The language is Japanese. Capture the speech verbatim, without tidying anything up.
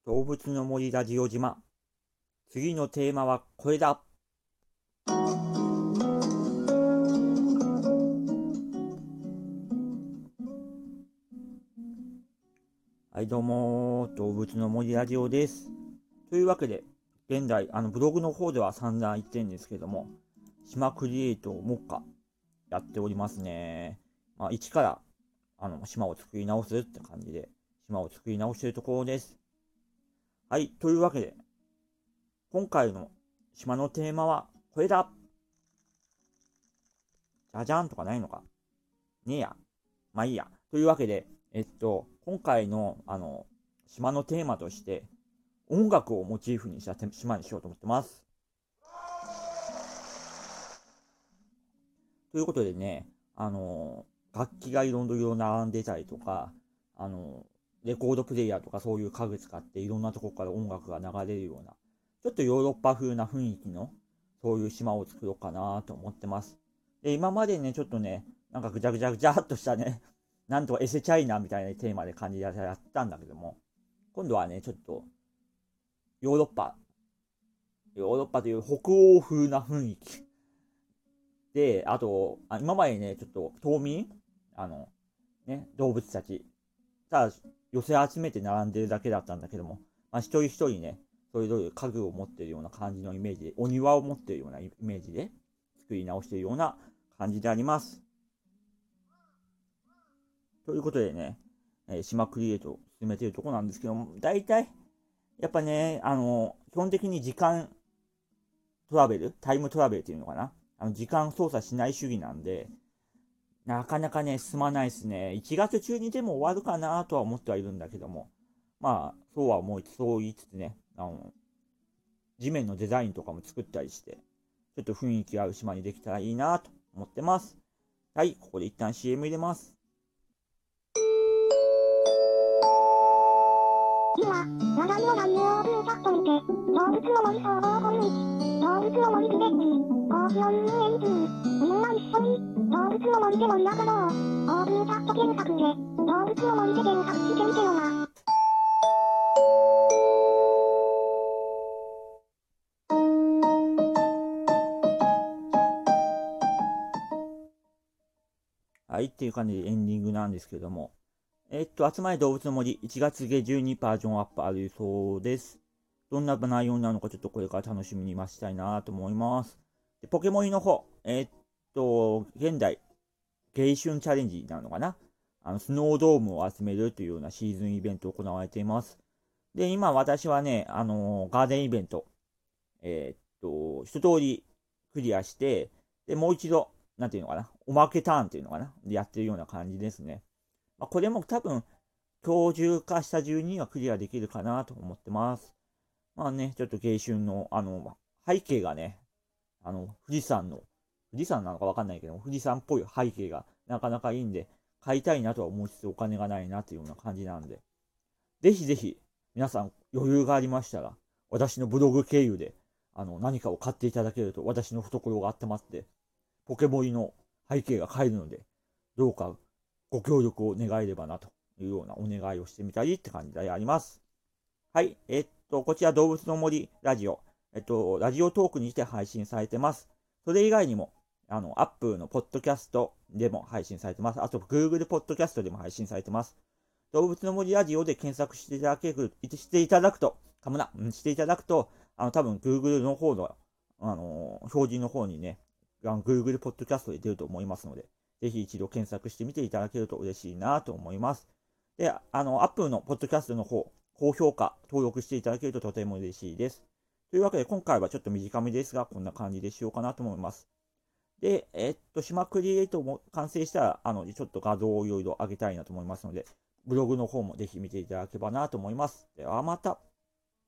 動物の森ラジオ島。次のテーマはこれだ。はいどうも、動物の森ラジオです。というわけで、現在、あのブログの方では散々言ってるんですけども、島クリエイトを目下やっておりますね。まあ、一からあの島を作り直すって感じで、島を作り直しているところです。はい、というわけで、今回の島のテーマはこれだ。じゃじゃんとかないのかねえや。まあいいや。というわけで、えっと、今回の、あの、島のテーマとして、音楽をモチーフにした島にしようと思ってます。ということでね、あの、楽器がいろいろ並んでたりとか、あの、レコードプレイヤーとかそういう家具使っていろんなところから音楽が流れるような、ちょっとヨーロッパ風な雰囲気の、そういう島を作ろうかなと思ってます。で、今までね、ちょっとね、なんかぐちゃぐちゃぐちゃっとしたね、なんとかエセチャイナみたいなテーマで感じでやったんだけども、今度はね、ちょっとヨーロッパ、ヨーロッパという北欧風な雰囲気で、あと、あ今までね、ちょっと島民、あの、ね、動物たち、ただ寄せ集めて並んでるだけだったんだけども、まあ、一人一人ね、それぞれ家具を持っているような感じのイメージで、お庭を持っているようなイメージで作り直しているような感じであります。ということでね、えー島クリエイトを進めているところなんですけども、大体、やっぱね、あの、基本的に時間トラベル、タイムトラベルっていうのかな。あの時間操作しない主義なんで、なかなかね、進まないですね。いちがつ中にでも終わるかなとは思ってはいるんだけども、まあ、そうは思い、そう言いつつね、あの、地面のデザインとかも作ったりして、ちょっと雰囲気ある島にできたらいいなと思ってます。はい、ここで一旦 シーエム 入れます。 次は、話題の内容をオープンチャットにて、動物の森総合コミュニティ、動物の森ビレッジ、講師を運営中。みんな一緒に、動物の森で盛り上がろう。オープンチャット検索で、動物の森で検索してみてよな。 はい、っていう感じでエンディングなんですけども、えっと、集まれ動物の森、いちがつ下旬にバージョンアップあるそうです。どんな内容になるのかちょっとこれから楽しみに待ちたいなと思います。でポケモンの方、えっと、現代、迎春チャレンジなのかなあの、スノードームを集めるというようなシーズンイベントを行われています。で、今私はね、あのーガーデンイベント、えっと、一通りクリアして、で、もう一度、なんていうのかな、おまけターンっていうのかな、やってるような感じですね。まあ、これも多分、今日中か下中にはクリアできるかなと思ってます。まあね、ちょっと迎春の、あの、背景がね、あの、富士山の、富士山なのかわかんないけど、富士山っぽい背景がなかなかいいんで、買いたいなとは思いつつお金がないなというような感じなんで、ぜひぜひ、皆さん余裕がありましたら、私のブログ経由で、あの、何かを買っていただけると、私の懐が温まって、ポケモリの背景が買えるので、どうかご協力を願えればなというようなお願いをしてみたりって感じであります。はい、えっと、こちら動物の森ラジオ、えっと、ラジオトークにて配信されてます。それ以外にも、あの、アップのポッドキャストでも配信されてます。あと、Google ポッドキャストでも配信されてます。動物の森ラジオで検索していただける、していただくと、かもな、うん、していただくと、あの、多分 Google の方の、あのー表示の方にね、あの Google ポッドキャストで出ると思いますので、ぜひ一度検索してみていただけると嬉しいなと思います。で、あの、Apple のポッドキャストの方、高評価、登録していただけるととても嬉しいです。というわけで、今回はちょっと短めですが、こんな感じでしようかなと思います。で、えっと、島クリエイトも完成したら、あの、ちょっと画像をいろいろ上げたいなと思いますので、ブログの方もぜひ見ていただければなと思います。ではまた。